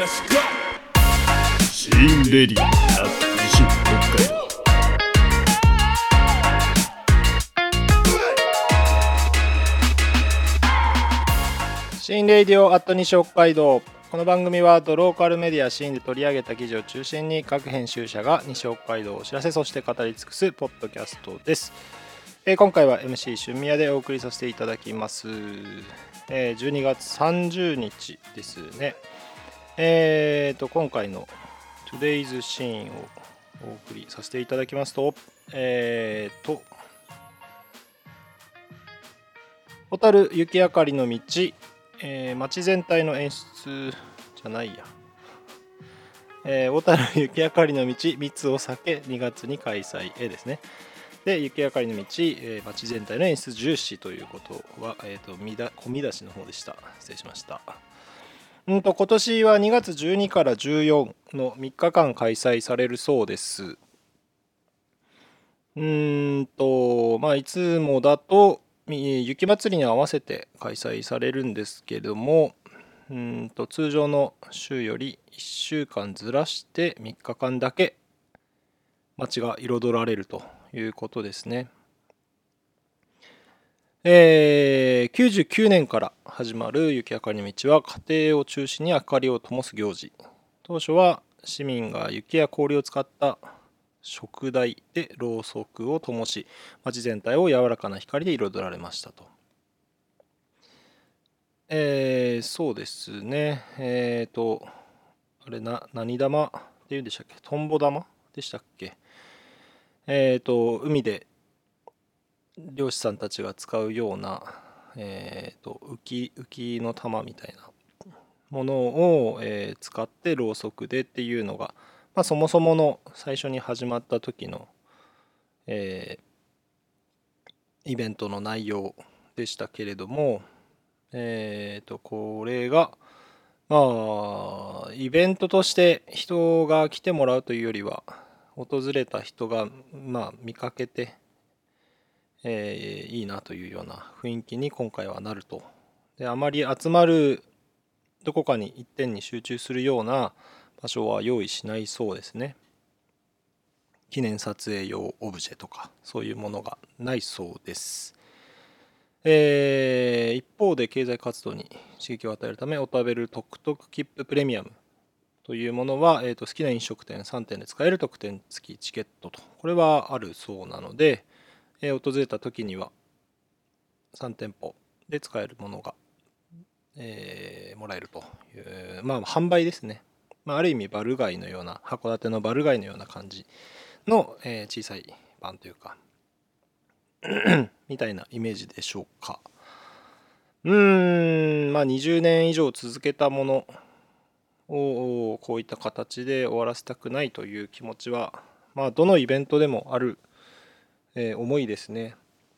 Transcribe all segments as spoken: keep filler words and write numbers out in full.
シーンレディアット西北海道。 シーンレディオアット西北海道。この番組はドローカルメディアシーンで取り上げた記事を中心に各編集者が西北海道をお知らせ、そして語り尽くすポッドキャストです。えー、今回は エムシー 春宮でお送りさせていただきます。えー、じゅうにがつさんじゅうにちですね。えーと今回の Today's シーンをお送りさせていただきますと、えーと小樽雪明かりの道、えー、街全体の演出じゃないや、えー、小樽雪明かりの道密を避けにがつに開催へですね。で、雪明かりの道、えー、街全体の演出重視ということは、えーと、みだ込み出しの方でした。失礼しました。うんと今年はにがつじゅうにからじゅうよっかのみっかかん開催されるそうです。うーんとまあいつもだと雪まつりに合わせて開催されるんですけども、うーんと通常の週よりいっしゅうかんずらしてみっかかんだけ街が彩られるということですね。えー、きゅうじゅうきゅうねんから始まる雪明かりの道は家庭を中心に明かりを灯す行事。当初は市民が雪や氷を使った燭台でろうそくを灯し、街全体を柔らかな光で彩られましたと。えー、そうですね。えーと、あれな、何玉っていうんでしたっけ、トンボ玉でしたっけ。えーと、海で漁師さんたちが使うような、えーと、浮き、浮きの玉みたいなものを、えー使ってろうそくでっていうのが、まあ、そもそもの最初に始まった時の、えーイベントの内容でしたけれども、えーと、これが、まあ、イベントとして人が来てもらうというよりは、訪れた人が、まあ、見かけて、えーいいなというような雰囲気に今回はなると。で、あまり集まる、どこかに一点に集中するような場所は用意しないそうですね。記念撮影用オブジェとか、そういうものがないそうです。えー一方で経済活動に刺激を与えるため、お食べるトクトク切符プレミアムというものは、えーと好きな飲食店さんてんで使える特典付きチケットと、これはあるそうなので、えー訪れた時にはさんてんぽで使えるものが、えーもらえるという、まあ販売ですね。まあ、ある意味バル街のような、函館のバル街のような感じの、えー小さい版というかみたいなイメージでしょうか。うーんまあにじゅうねん以上続けたものをこういった形で終わらせたくないという気持ちは、まあどのイベントでもある、えー思いですね。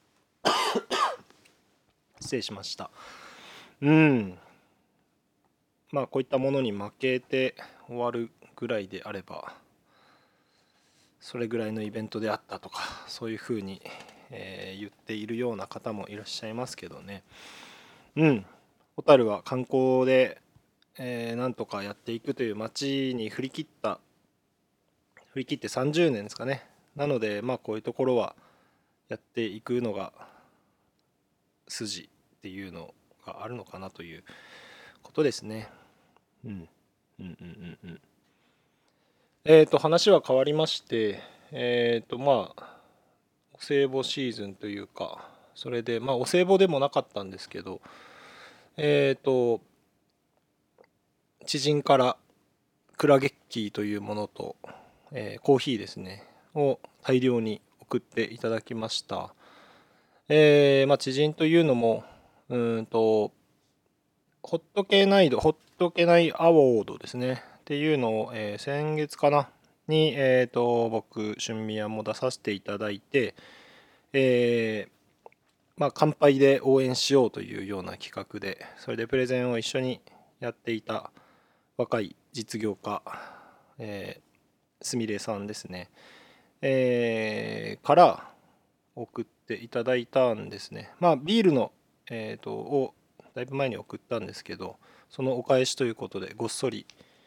失礼しました。うんまあこういったものに負けて終わるぐらいであれば、それぐらいのイベントであったとか、そういうふうに、えー言っているような方もいらっしゃいますけどね。うん小樽は観光で、えーなんとかやっていくという街に振り切った振り切ってさんじゅうねんですかね。なのでまあこういうところはやっていくのが筋っていうのがあるのかなということですね。うんうんうんうんうん。えっと話は変わりまして、えっとまあお歳暮シーズンというか、それでまあお歳暮でもなかったんですけど、えっと知人からクラゲッキーというものと、えーコーヒーですねを大量に送っていただきました。えーまあ、知人というのもうーんとホット系ナイドホット系ナイアワードですねっていうのを、えー先月かなに、えー、と僕春宮も出させていただいて、えーまあ、乾杯で応援しようというような企画で、それでプレゼンを一緒にやっていた若い実業家、えー、すみれさんですね、えーから送っていただいたんですね。まあビールの、えーとをだいぶ前に送ったんですけど、そのお返しということでごっそり、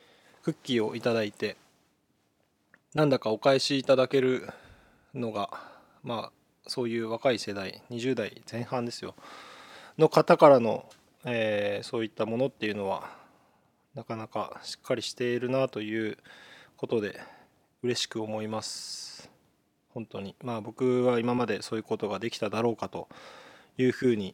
クッキーをいただいて、なんだかお返しいただけるのが、まあそういう若い世代にじゅう代前半ですよの方からの、えーそういったものっていうのはなかなかしっかりしているなということで嬉しく思います。本当にまあ僕は今までそういうことができただろうかというふうに、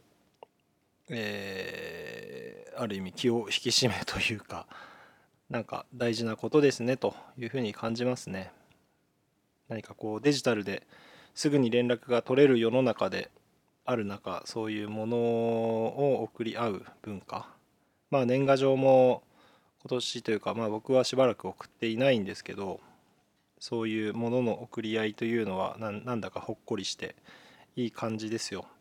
えーある意味気を引き締めというか、なんか大事なことですねというふうに感じますね。何かこうデジタルですぐに連絡が取れる世の中である中、そういうものを送り合う文化、まあ年賀状も今年というか、まあ僕はしばらく送っていないんですけど、そういうものの送り合いというのはなんなんだかほっこりしていい感じですよ。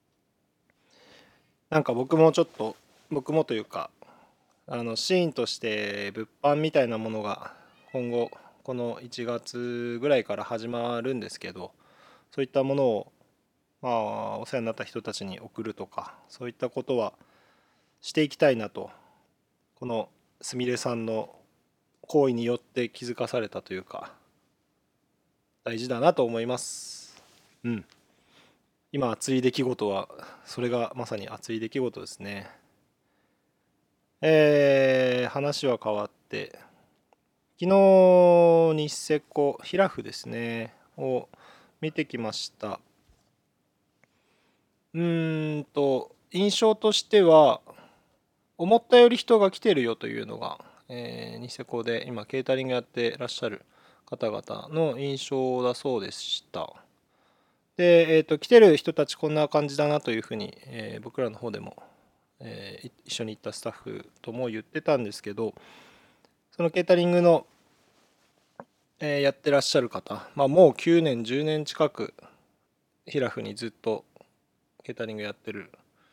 なんか僕もちょっと僕もというか、あのシーンとして物販みたいなものが今後このいちがつぐらいから始まるんですけど、そういったものをまあお世話になった人たちに送るとか、そういったことはしていきたいなと、このすみれさんの行為によって気づかされたというか、大事だなと思います。うん。今熱い出来事はそれがまさに熱い出来事ですね。えー話は変わって昨日ニッセコヒラフですねを見てきました。うーんと印象としては思ったより人が来てるよというのが、えーニセコで今ケータリングやってらっしゃる方々の印象だそうでした。で、えーと来てる人たちこんな感じだなというふうに、えー僕らの方でも、えー一緒に行ったスタッフとも言ってたんですけど、そのケータリングの、えーやってらっしゃる方、まあ、もうきゅうねんじゅうねん近くヒラフにずっとケータリングやってる、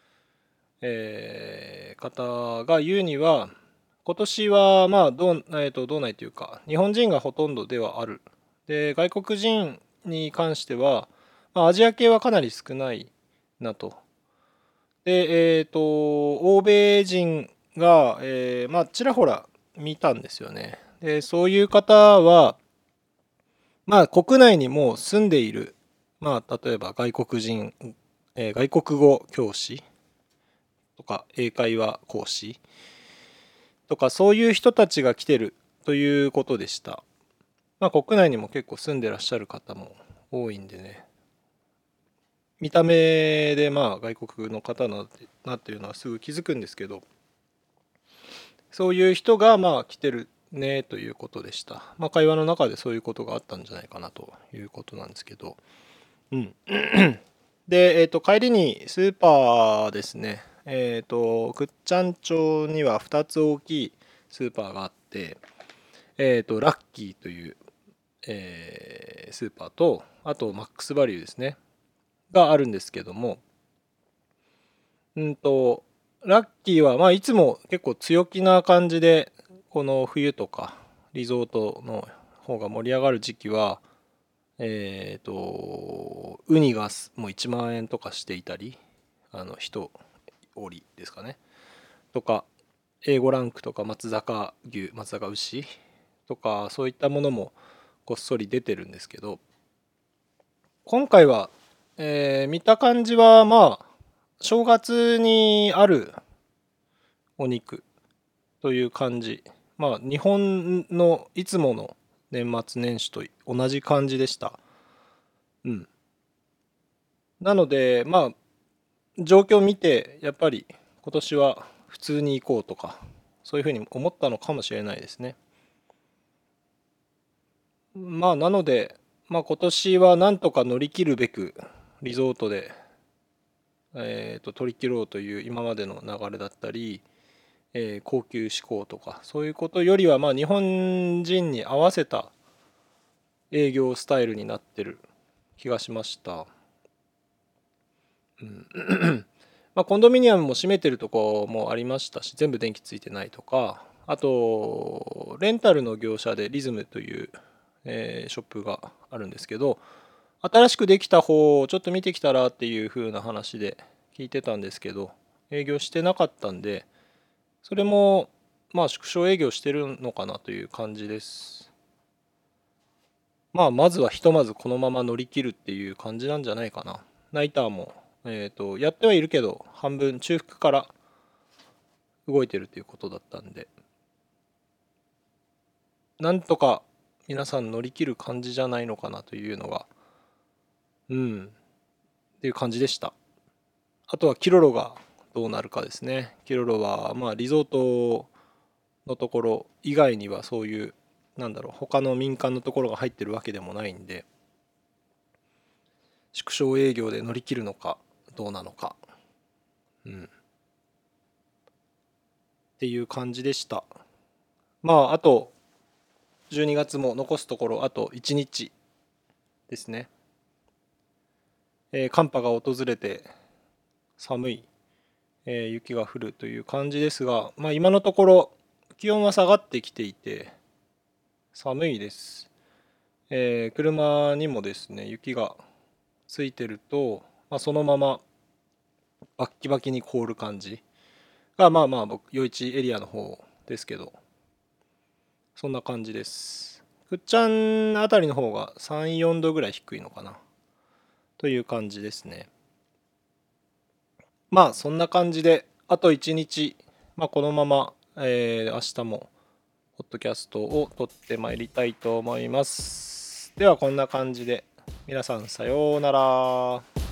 えー方が言うには、今年はまあどう、えーとどうないというか日本人がほとんどではある。で外国人に関しては、まあ、アジア系はかなり少ないなと。でえっ、と欧米人が、えーまあちらほら見たんですよね。でそういう方はまあ国内にもう住んでいる、まあ例えば外国人、えー外国語教師とか英会話講師とかそういう人たちが来てるということでした。まあ国内にも結構住んでらっしゃる方も多いんでね、見た目でまあ外国の方ななっていうのはすぐ気づくんですけど、そういう人がまあ来てるねということでした。まあ会話の中でそういうことがあったんじゃないかなということなんですけど、うんで、えー、と帰りにスーパーですね、えっ、と倶知安町にはふたつ大きいスーパーがあって、えっ、とラッキーという、えースーパーと、あとマックスバリューですねがあるんですけども、うんとラッキーはまあいつも結構強気な感じで、この冬とかリゾートの方が盛り上がる時期はえっ、とウニがもういちまん円とかしていたり、あの一折りですかねとか、 エーご ランクとか松阪牛松阪牛とかそういったものもごっそり出てるんですけど、今回は、えー見た感じはまあ正月にあるお肉という感じ、まあ日本のいつもの年末年始と同じ感じでした。うんなのでまあ状況を見てやっぱり今年は普通に行こうとかそういうふうに思ったのかもしれないですね。まあなので、まあ、今年はなんとか乗り切るべくリゾートで、えー、と取り切ろうという今までの流れだったり、えー高級志向とかそういうことよりはまあ日本人に合わせた営業スタイルになってる気がしました。まあ、コンドミニアムも閉めてるとこもありましたし、全部電気ついてないとか、あとレンタルの業者でリズムという、えーショップがあるんですけど、新しくできた方をちょっと見てきたらっていう風な話で聞いてたんですけど、営業してなかったんで、それもまあ縮小営業してるのかなという感じです。まあまずはひとまずこのまま乗り切るっていう感じなんじゃないかな。ナイターも、えーと、やってはいるけど半分中腹から動いてるということだったんで、なんとか皆さん乗り切る感じじゃないのかなというのが、うんっていう感じでした。あとはキロロがどうなるかですね。キロロはまあリゾートのところ以外にはそういうなんだろう他の民間のところが入ってるわけでもないんで、縮小営業で乗り切るのかどうなのか、うん、っていう感じでした。まああとじゅうにがつも残すところあといちにちですね。えー寒波が訪れて寒い、えー雪が降るという感じですが、まあ、今のところ気温は下がってきていて寒いです。えー車にもですね雪がついてると、まあ、そのままバッキバキに凍る感じがまあまあ僕余市エリアの方ですけど、そんな感じです。くっちゃんあたりの方がさん、よんどぐらい低いのかなという感じですね。まあそんな感じであといちにち、まあ、このまま、えー明日もポッドキャストを撮ってまいりたいと思います。ではこんな感じで皆さんさようなら。